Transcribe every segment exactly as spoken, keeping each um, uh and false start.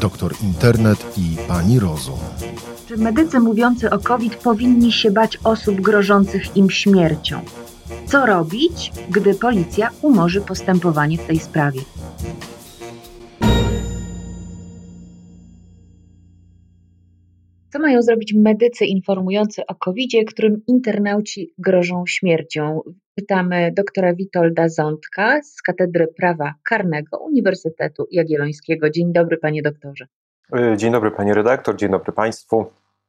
doktor Internet i pani Rozum. Czy medycy mówiący o COVID powinni się bać osób grożących im śmiercią? Co robić, gdy policja umorzy postępowanie w tej sprawie? Co mają zrobić medycy informujący o kowidzie, którym internauci grożą śmiercią? Pytamy doktora Witolda Ządka z Katedry Prawa Karnego Uniwersytetu Jagiellońskiego. Dzień dobry, panie doktorze. Dzień dobry, pani redaktor, dzień dobry państwu.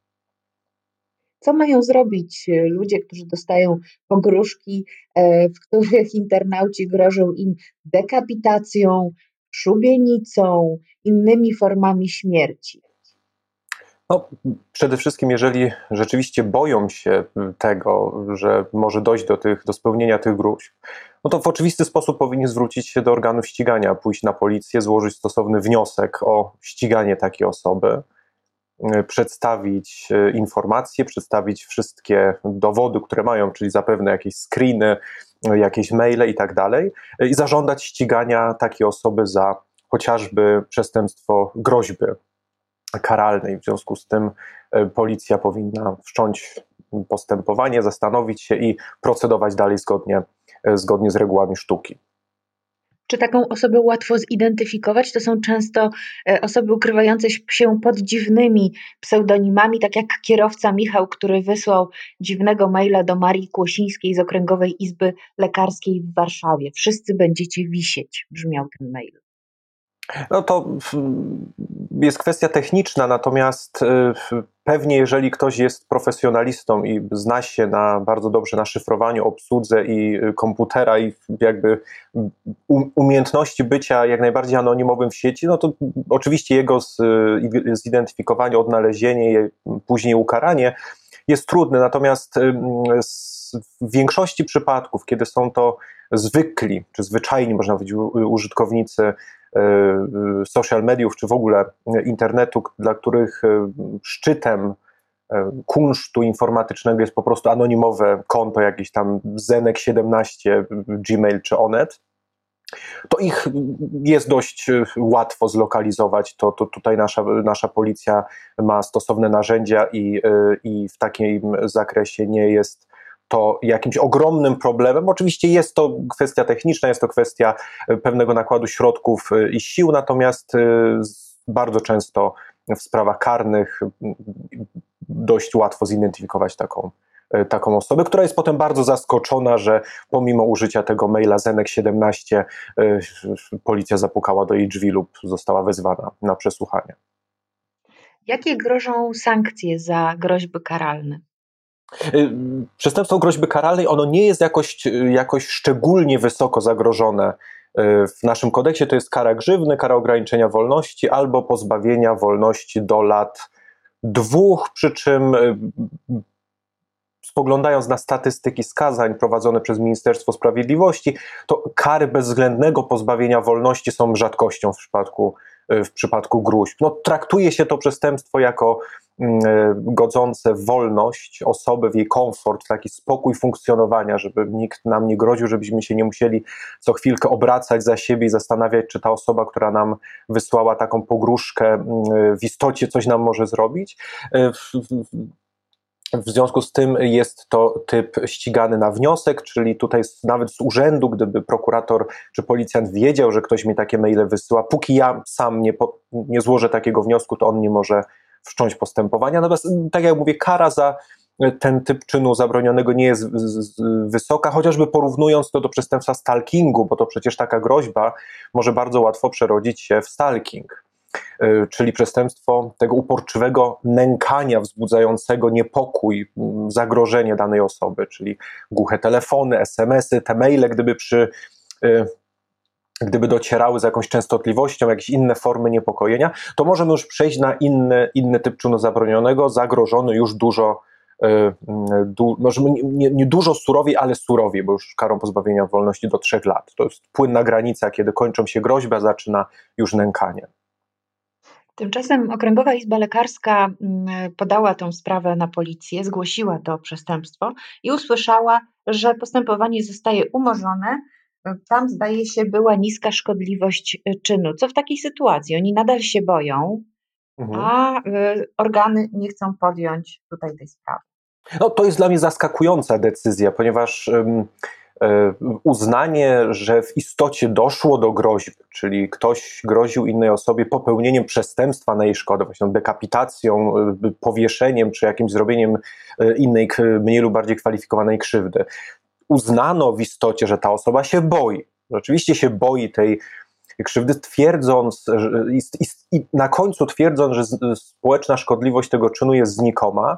Co mają zrobić ludzie, którzy dostają pogróżki, w których internauci grożą im dekapitacją, szubienicą, innymi formami śmierci? No, przede wszystkim, jeżeli rzeczywiście boją się tego, że może dojść do, tych, do spełnienia tych gruźb, no to w oczywisty sposób powinni zwrócić się do organów ścigania, pójść na policję, złożyć stosowny wniosek o ściganie takiej osoby, przedstawić informacje, przedstawić wszystkie dowody, które mają, czyli zapewne jakieś screeny, jakieś maile i tak dalej, i zażądać ścigania takiej osoby za chociażby przestępstwo groźby karalnej. W związku z tym policja powinna wszcząć postępowanie, zastanowić się i procedować dalej zgodnie, zgodnie z regułami sztuki. Czy taką osobę łatwo zidentyfikować? To są często osoby ukrywające się pod dziwnymi pseudonimami, tak jak kierowca Michał, który wysłał dziwnego maila do Marii Kłosińskiej z Okręgowej Izby Lekarskiej w Warszawie. Wszyscy będziecie wisieć, brzmiał ten mail. No to jest kwestia techniczna, natomiast pewnie jeżeli ktoś jest profesjonalistą i zna się na, bardzo dobrze na szyfrowaniu, obsłudze i komputera i jakby umiejętności bycia jak najbardziej anonimowym w sieci, no to oczywiście jego zidentyfikowanie, odnalezienie i później ukaranie jest trudne, natomiast w większości przypadków, kiedy są to zwykli, czy zwyczajni, można powiedzieć, użytkownicy social mediów, czy w ogóle internetu, dla których szczytem kunsztu informatycznego jest po prostu anonimowe konto, jakieś tam Zenek siedemnaście, Gmail czy Onet, to ich jest dość łatwo zlokalizować. To, to tutaj nasza, nasza policja ma stosowne narzędzia i, i w takim zakresie nie jest to jakimś ogromnym problemem. Oczywiście jest to kwestia techniczna, jest to kwestia pewnego nakładu środków i sił, natomiast bardzo często w sprawach karnych dość łatwo zidentyfikować taką, taką osobę, która jest potem bardzo zaskoczona, że pomimo użycia tego maila Zenek siedemnaście policja zapukała do jej drzwi lub została wezwana na przesłuchanie. Jakie grożą sankcje za groźby karalne? Przestępstwo groźby karalnej, ono nie jest jakoś, jakoś szczególnie wysoko zagrożone. W naszym kodeksie to jest kara grzywny, kara ograniczenia wolności albo pozbawienia wolności do lat dwóch, przy czym spoglądając na statystyki skazań prowadzone przez Ministerstwo Sprawiedliwości, to kary bezwzględnego pozbawienia wolności są rzadkością w przypadku, w przypadku gróźb. No, traktuje się to przestępstwo jako godzące w wolność osoby, w jej komfort, w taki spokój funkcjonowania, żeby nikt nam nie groził, żebyśmy się nie musieli co chwilkę obracać za siebie i zastanawiać, czy ta osoba, która nam wysłała taką pogróżkę, w istocie coś nam może zrobić. W związku z tym jest to typ ścigany na wniosek, czyli tutaj nawet z urzędu, gdyby prokurator czy policjant wiedział, że ktoś mi takie maile wysyła, póki ja sam nie, po, nie złożę takiego wniosku, to on nie może wszcząć postępowania. Natomiast, tak jak mówię, kara za ten typ czynu zabronionego nie jest wysoka, chociażby porównując to do przestępstwa stalkingu, bo to przecież taka groźba może bardzo łatwo przerodzić się w stalking, czyli przestępstwo tego uporczywego nękania wzbudzającego niepokój, zagrożenie danej osoby, czyli głuche telefony, es em esy, te maile, gdyby przy gdyby docierały z jakąś częstotliwością, jakieś inne formy niepokojenia, to możemy już przejść na inny, inny typ czynu zabronionego, zagrożony już dużo, du, może nie, nie dużo surowiej, ale surowiej, bo już karą pozbawienia wolności do trzech lat. To jest płynna granica, kiedy kończą się groźby, a zaczyna już nękanie. Tymczasem Okręgowa Izba Lekarska podała tę sprawę na policję, zgłosiła to przestępstwo i usłyszała, że postępowanie zostaje umorzone, tam zdaje się była niska szkodliwość czynu. Co w takiej sytuacji? Oni nadal się boją, Mhm. a y, organy nie chcą podjąć tutaj tej sprawy. No, to jest dla mnie zaskakująca decyzja, ponieważ um, uznanie, że w istocie doszło do groźby, czyli ktoś groził innej osobie popełnieniem przestępstwa na jej szkodę, właśnie dekapitacją, powieszeniem czy jakimś zrobieniem innej, mniej lub bardziej kwalifikowanej krzywdy. Uznano w istocie, że ta osoba się boi. Rzeczywiście się boi tej krzywdy, twierdząc, i, i, i na końcu twierdząc, że społeczna szkodliwość tego czynu jest znikoma,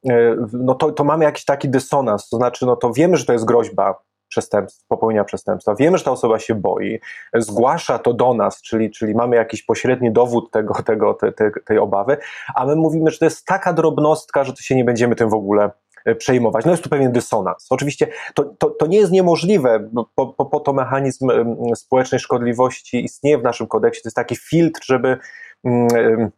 no to, to mamy jakiś taki dysonans, to znaczy no to wiemy, że to jest groźba przestępstwa, popełnienia przestępstwa, wiemy, że ta osoba się boi, zgłasza to do nas, czyli, czyli mamy jakiś pośredni dowód tego, tego, te, te, tej obawy, a my mówimy, że to jest taka drobnostka, że to się nie będziemy tym w ogóle przejmować. No jest tu pewien dysonans. Oczywiście to, to, to nie jest niemożliwe, po, po, po to mechanizm społecznej szkodliwości istnieje w naszym kodeksie, to jest taki filtr, żeby um,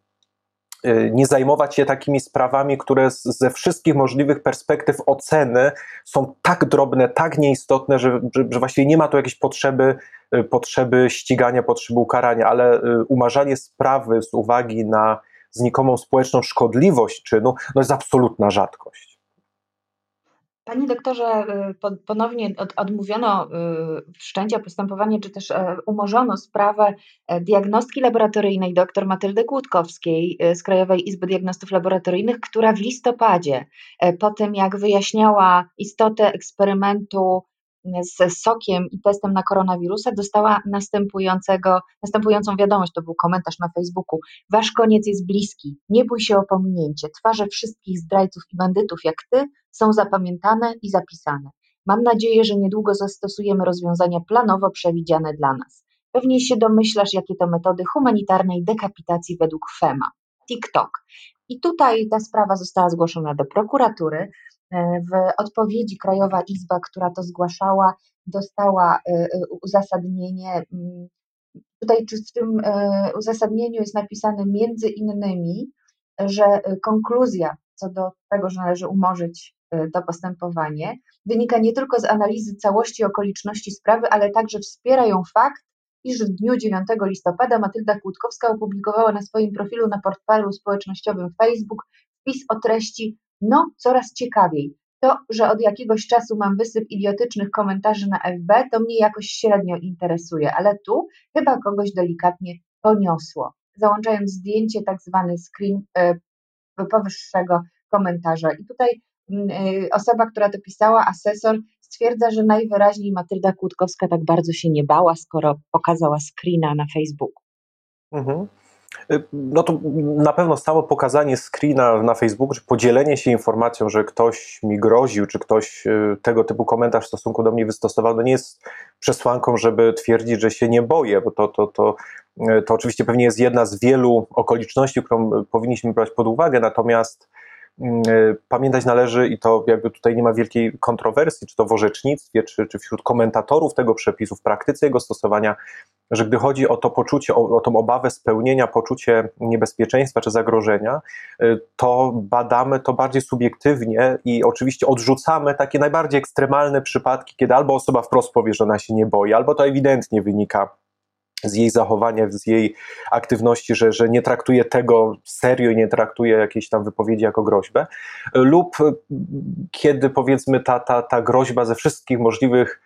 nie zajmować się takimi sprawami, które ze wszystkich możliwych perspektyw oceny są tak drobne, tak nieistotne, że, że, że właściwie nie ma tu jakiejś potrzeby, potrzeby ścigania, potrzeby ukarania, ale umarzanie sprawy z uwagi na znikomą społeczną szkodliwość czynu, no jest absolutna rzadkość. Panie doktorze, ponownie odmówiono wszczęcia postępowania, czy też umorzono sprawę diagnostki laboratoryjnej dr Matyldy Kłódkowskiej z Krajowej Izby Diagnostów Laboratoryjnych, która w listopadzie, po tym jak wyjaśniała istotę eksperymentu z sokiem i testem na koronawirusa, dostała następującego, następującą wiadomość, to był komentarz na Facebooku. Wasz koniec jest bliski, nie bój się o pominięcie, twarze wszystkich zdrajców i bandytów jak ty są zapamiętane i zapisane. Mam nadzieję, że niedługo zastosujemy rozwiązania planowo przewidziane dla nas. Pewnie się domyślasz, jakie to metody humanitarnej dekapitacji według FEMA. TikTok. I tutaj ta sprawa została zgłoszona do prokuratury. W odpowiedzi Krajowa Izba, która to zgłaszała, dostała uzasadnienie. Tutaj w tym uzasadnieniu jest napisane między innymi, że konkluzja co do tego, że należy umorzyć to postępowanie, wynika nie tylko z analizy całości okoliczności sprawy, ale także wspiera ją fakt, iż w dniu dziewiątego listopada Matylda Kłódkowska opublikowała na swoim profilu na portalu społecznościowym Facebook wpis o treści no coraz ciekawiej. To, że od jakiegoś czasu mam wysyp idiotycznych komentarzy na F B, to mnie jakoś średnio interesuje, ale tu chyba kogoś delikatnie poniosło. Załączając zdjęcie, tak zwany screen y, powyższego komentarza. I tutaj y, osoba, która to pisała, asesor, stwierdza, że najwyraźniej Matylda Kłódkowska tak bardzo się nie bała, skoro pokazała screena na Facebooku. Mhm. No to na pewno samo pokazanie screena na Facebooku, czy podzielenie się informacją, że ktoś mi groził, czy ktoś tego typu komentarz w stosunku do mnie wystosował, no nie jest przesłanką, żeby twierdzić, że się nie boję, bo to, to, to, to oczywiście pewnie jest jedna z wielu okoliczności, którą powinniśmy brać pod uwagę, natomiast pamiętać należy, i to jakby tutaj nie ma wielkiej kontrowersji, czy to w orzecznictwie, czy, czy wśród komentatorów tego przepisu, w praktyce jego stosowania, że gdy chodzi o to poczucie, o, o tą obawę spełnienia, poczucie niebezpieczeństwa czy zagrożenia, to badamy to bardziej subiektywnie i oczywiście odrzucamy takie najbardziej ekstremalne przypadki, kiedy albo osoba wprost powie, że ona się nie boi, albo to ewidentnie wynika z jej zachowania, z jej aktywności, że, że nie traktuje tego serio i nie traktuje jakiejś tam wypowiedzi jako groźbę, lub kiedy powiedzmy ta, ta, ta groźba ze wszystkich możliwych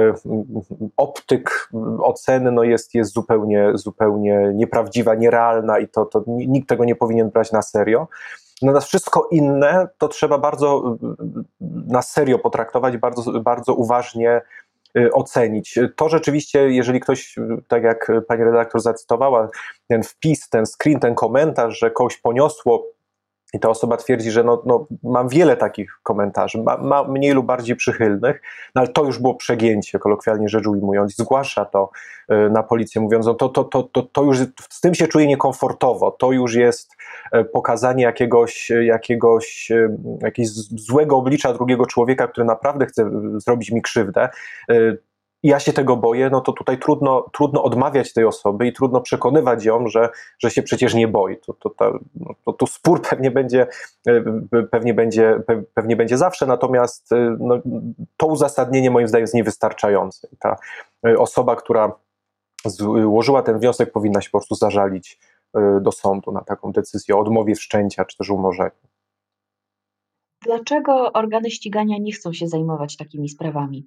optyk oceny no jest, jest zupełnie, zupełnie nieprawdziwa, nierealna i to, to nikt tego nie powinien brać na serio. Natomiast wszystko inne to trzeba bardzo na serio potraktować, bardzo, bardzo uważnie ocenić. To rzeczywiście, jeżeli ktoś, tak jak pani redaktor zacytowała, ten wpis, ten screen, ten komentarz, że kogoś poniosło i ta osoba twierdzi, że no, no, mam wiele takich komentarzy, ma, ma mniej lub bardziej przychylnych, no ale to już było przegięcie, kolokwialnie rzecz ujmując, zgłasza to y, na policję, mówiąc, no to, to, to, to, to już z tym się czuję niekomfortowo, to już jest y, pokazanie jakiegoś, jakiegoś, y, jakiegoś złego oblicza drugiego człowieka, który naprawdę chce zrobić mi krzywdę. Y, i ja się tego boję, no to tutaj trudno, trudno odmawiać tej osoby i trudno przekonywać ją, że, że się przecież nie boi. To, to, to, to, to spór pewnie będzie, pewnie, będzie, pewnie będzie zawsze, natomiast no, to uzasadnienie moim zdaniem jest niewystarczające. Ta osoba, która złożyła ten wniosek, powinna się po prostu zażalić do sądu na taką decyzję o odmowie wszczęcia czy też umorzeniu. Dlaczego organy ścigania nie chcą się zajmować takimi sprawami?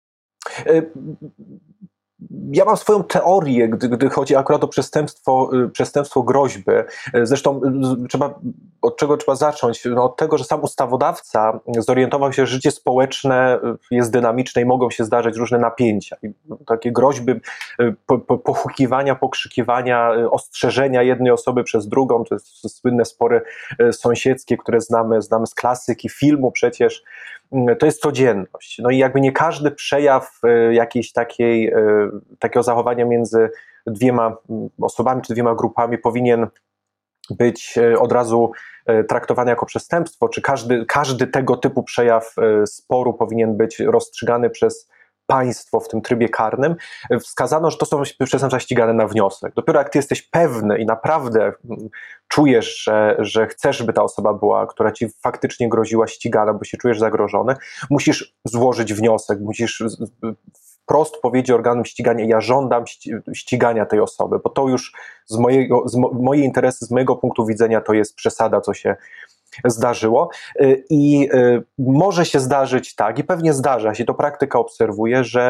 Ja mam swoją teorię, gdy, gdy chodzi akurat o przestępstwo, przestępstwo groźby. Zresztą trzeba, od czego trzeba zacząć? No od tego, że sam ustawodawca zorientował się, że życie społeczne jest dynamiczne i mogą się zdarzyć różne napięcia. I takie groźby, po, po, pochukiwania, pokrzykiwania, ostrzeżenia jednej osoby przez drugą, to jest słynne spory sąsiedzkie, które znamy, znamy z klasyki, filmu przecież. To jest codzienność. No i jakby nie każdy przejaw jakiejś takiej, takiego zachowania między dwiema osobami czy dwiema grupami powinien być od razu traktowany jako przestępstwo, czy każdy, każdy tego typu przejaw sporu powinien być rozstrzygany przez państwo w tym trybie karnym. Wskazano, że to są przestępstwa ścigane na wniosek. Dopiero jak ty jesteś pewny i naprawdę czujesz, że, że chcesz, by ta osoba była, która ci faktycznie groziła, ścigana, bo się czujesz zagrożony, musisz złożyć wniosek, musisz wprost powiedzieć organom ścigania: ja żądam ścigania tej osoby, bo to już z mojego, z mo, moje interesy, z mojego punktu widzenia to jest przesada, co się zdarzyło. I może się zdarzyć tak, i pewnie zdarza się, to praktyka obserwuje, że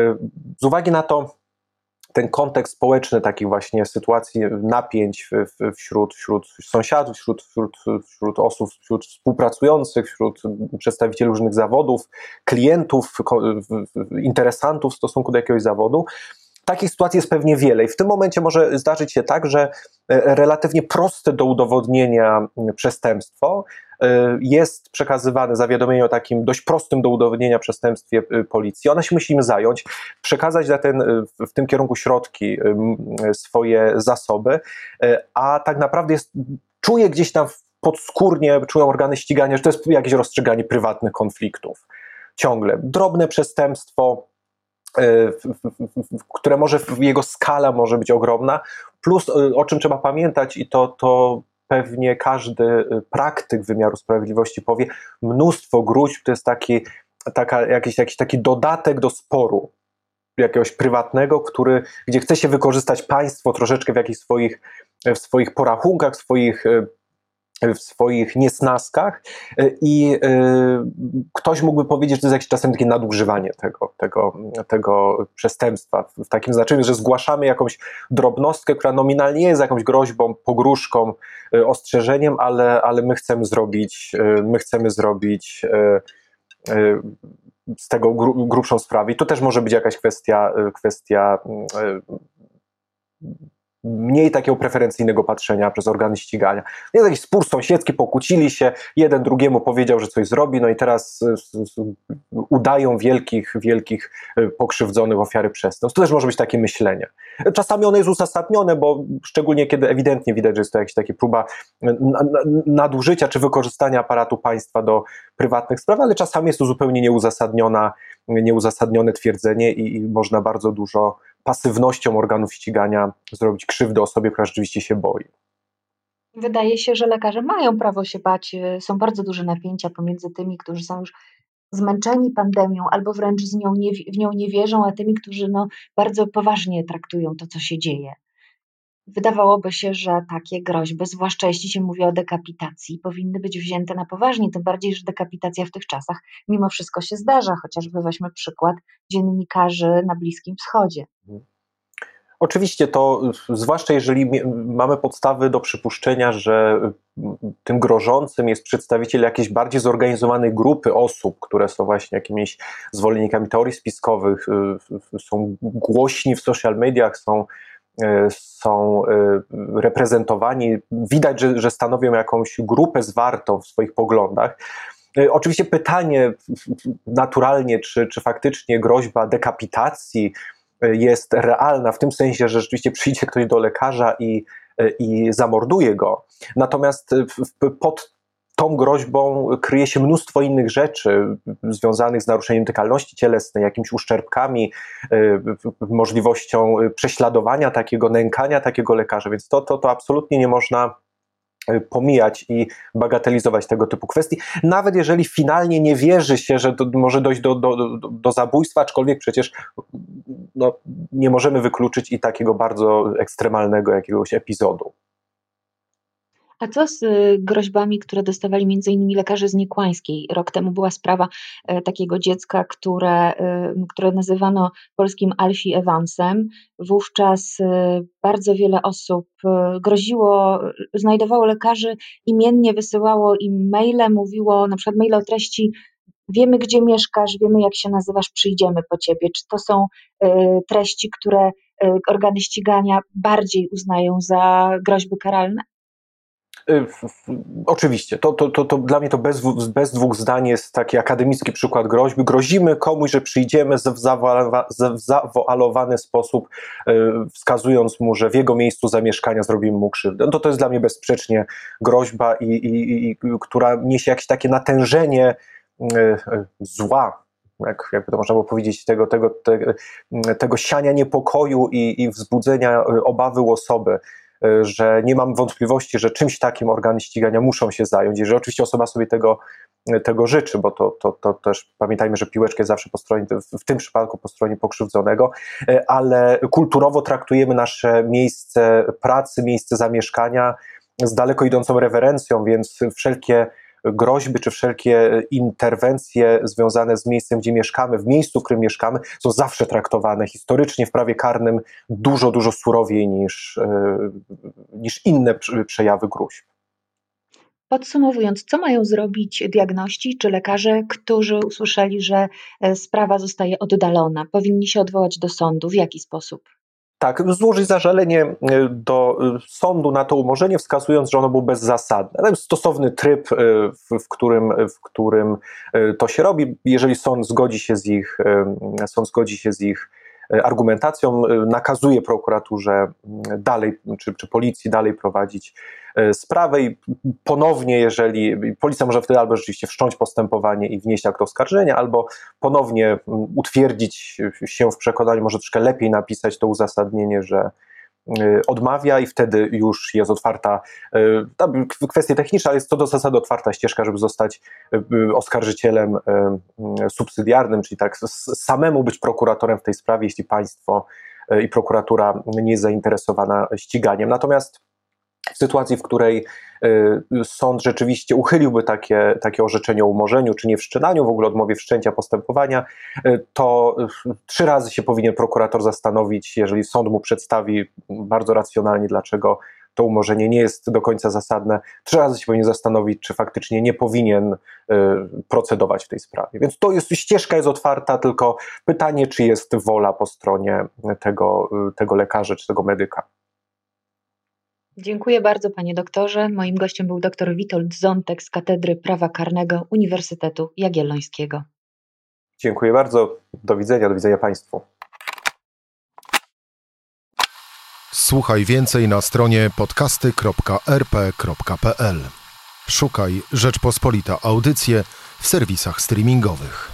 z uwagi na to, ten kontekst społeczny takich właśnie sytuacji napięć wśród, wśród sąsiadów, wśród, wśród, wśród osób, wśród współpracujących, wśród przedstawicieli różnych zawodów, klientów, interesantów w stosunku do jakiegoś zawodu, takich sytuacji jest pewnie wiele i w tym momencie może zdarzyć się tak, że relatywnie proste do udowodnienia przestępstwo jest przekazywane, zawiadomienie o takim dość prostym do udowodnienia przestępstwie policji. Ona się musi im zająć, przekazać na ten, w tym kierunku środki, swoje zasoby, a tak naprawdę jest, czuje gdzieś tam podskórnie, czują organy ścigania, że to jest jakieś rozstrzyganie prywatnych konfliktów. Ciągle. Drobne przestępstwo, które może, jego skala może być ogromna, plus o czym trzeba pamiętać i to, to pewnie każdy praktyk wymiaru sprawiedliwości powie, mnóstwo gruźb to jest taki, taka, jakiś, jakiś taki dodatek do sporu jakiegoś prywatnego, który, gdzie chce się wykorzystać państwo troszeczkę w jakichś swoich, w swoich porachunkach, w swoich w swoich niesnaskach i ktoś mógłby powiedzieć, że to jest jakieś czasem takie nadużywanie tego, tego, tego przestępstwa, w takim znaczeniu, że zgłaszamy jakąś drobnostkę, która nominalnie jest jakąś groźbą, pogróżką, ostrzeżeniem, ale, ale my chcemy zrobić, my chcemy zrobić z tego grubszą sprawę. I to też może być jakaś kwestia, kwestia mniej takiego preferencyjnego patrzenia przez organy ścigania. Jest jakiś spór sąsiedzki, pokłócili się, jeden drugiemu powiedział, że coś zrobi, no i teraz udają wielkich, wielkich pokrzywdzonych, ofiary przestępstw. To też może być takie myślenie. Czasami ono jest uzasadnione, bo szczególnie kiedy ewidentnie widać, że jest to jakaś taka próba nadużycia czy wykorzystania aparatu państwa do prywatnych spraw, ale czasami jest to zupełnie nieuzasadniona, nieuzasadnione twierdzenie i, i można bardzo dużo pasywnością organów ścigania zrobić krzywdę osobie, która rzeczywiście się boi. Wydaje się, że lekarze mają prawo się bać. Są bardzo duże napięcia pomiędzy tymi, którzy są już zmęczeni pandemią albo wręcz z nią nie, w nią nie wierzą, a tymi, którzy no, bardzo poważnie traktują to, co się dzieje. Wydawałoby się, że takie groźby, zwłaszcza jeśli się mówi o dekapitacji, powinny być wzięte na poważnie, tym bardziej, że dekapitacja w tych czasach mimo wszystko się zdarza, chociażby weźmy przykład dziennikarzy na Bliskim Wschodzie. Oczywiście to, zwłaszcza jeżeli mamy podstawy do przypuszczenia, że tym grożącym jest przedstawiciel jakiejś bardziej zorganizowanej grupy osób, które są właśnie jakimiś zwolennikami teorii spiskowych, są głośni w social mediach, są są reprezentowani, widać, że, że stanowią jakąś grupę zwartą w swoich poglądach. Oczywiście pytanie naturalnie, czy, czy faktycznie groźba dekapitacji jest realna, w tym sensie, że rzeczywiście przyjdzie ktoś do lekarza i, i zamorduje go. Natomiast pod tą groźbą kryje się mnóstwo innych rzeczy związanych z naruszeniem tykalności cielesnej, jakimiś uszczerbkami, możliwością prześladowania takiego, nękania takiego lekarza, więc to, to, to absolutnie nie można pomijać i bagatelizować tego typu kwestii, nawet jeżeli finalnie nie wierzy się, że to może dojść do, do, do, do zabójstwa, aczkolwiek przecież no, nie możemy wykluczyć i takiego bardzo ekstremalnego jakiegoś epizodu. A co z groźbami, które dostawali między innymi lekarze z Niekłańskiej? Rok temu była sprawa e, takiego dziecka, które, e, które nazywano polskim Alfie Evansem. Wówczas e, bardzo wiele osób e, groziło, znajdowało lekarzy imiennie, wysyłało im maile, mówiło na przykład maile o treści: wiemy, gdzie mieszkasz, wiemy, jak się nazywasz, przyjdziemy po ciebie. Czy to są e, treści, które e, organy ścigania bardziej uznają za groźby karalne? Oczywiście, to, to, to, to dla mnie to bez, bez dwóch zdań jest taki akademicki przykład groźby. Grozimy komuś, że przyjdziemy w zawoalowany sposób, wskazując mu, że w jego miejscu zamieszkania zrobimy mu krzywdę. No to, to jest dla mnie bezsprzecznie groźba, i, i, i, która niesie jakieś takie natężenie zła, jak, jakby to można było powiedzieć, tego, tego, tego, tego siania niepokoju i, i wzbudzenia obawy u osoby, że nie mam wątpliwości, że czymś takim organy ścigania muszą się zająć i że oczywiście osoba sobie tego, tego życzy, bo to, to, to też pamiętajmy, że piłeczka jest zawsze po stronie, w tym przypadku po stronie pokrzywdzonego, ale kulturowo traktujemy nasze miejsce pracy, miejsce zamieszkania z daleko idącą rewerencją, więc wszelkie groźby czy wszelkie interwencje związane z miejscem, gdzie mieszkamy, w miejscu, w którym mieszkamy, są zawsze traktowane historycznie w prawie karnym dużo, dużo surowiej niż, niż inne przejawy gróźb. Podsumowując, co mają zrobić diagności czy lekarze, którzy usłyszeli, że sprawa zostaje oddalona? Powinni się odwołać do sądu. W jaki sposób? Tak, złożyć zażalenie do sądu na to umorzenie, wskazując, że ono było bezzasadne. To jest stosowny tryb, w, w, którym, w którym to się robi. Jeżeli sąd zgodzi się z ich, sąd zgodzi się z ich argumentacją, nakazuje prokuraturze dalej, czy, czy policji dalej prowadzić sprawę i ponownie, jeżeli policja może wtedy albo rzeczywiście wszcząć postępowanie i wnieść akt oskarżenia, albo ponownie utwierdzić się w przekonaniu, może troszkę lepiej napisać to uzasadnienie, że odmawia i wtedy już jest otwarta, kwestie techniczne, ale jest co do zasady otwarta ścieżka, żeby zostać oskarżycielem subsydiarnym, czyli tak samemu być prokuratorem w tej sprawie, jeśli państwo i prokuratura nie jest zainteresowana ściganiem. Natomiast w sytuacji, w której sąd rzeczywiście uchyliłby takie, takie orzeczenie o umorzeniu, czy nie wszczynaniu, w ogóle odmowie wszczęcia postępowania, to trzy razy się powinien prokurator zastanowić, jeżeli sąd mu przedstawi bardzo racjonalnie, dlaczego to umorzenie nie jest do końca zasadne, trzy razy się powinien zastanowić, czy faktycznie nie powinien procedować w tej sprawie. Więc to jest, ścieżka jest otwarta, tylko pytanie, czy jest wola po stronie tego, tego lekarza, czy tego medyka. Dziękuję bardzo, panie doktorze. Moim gościem był dr Witold Zontek z Katedry Prawa Karnego Uniwersytetu Jagiellońskiego. Dziękuję bardzo. Do widzenia, do widzenia państwu. Słuchaj więcej na stronie podcasty kropka er pe kropka pe el. Szukaj Rzeczpospolita Audycje w serwisach streamingowych.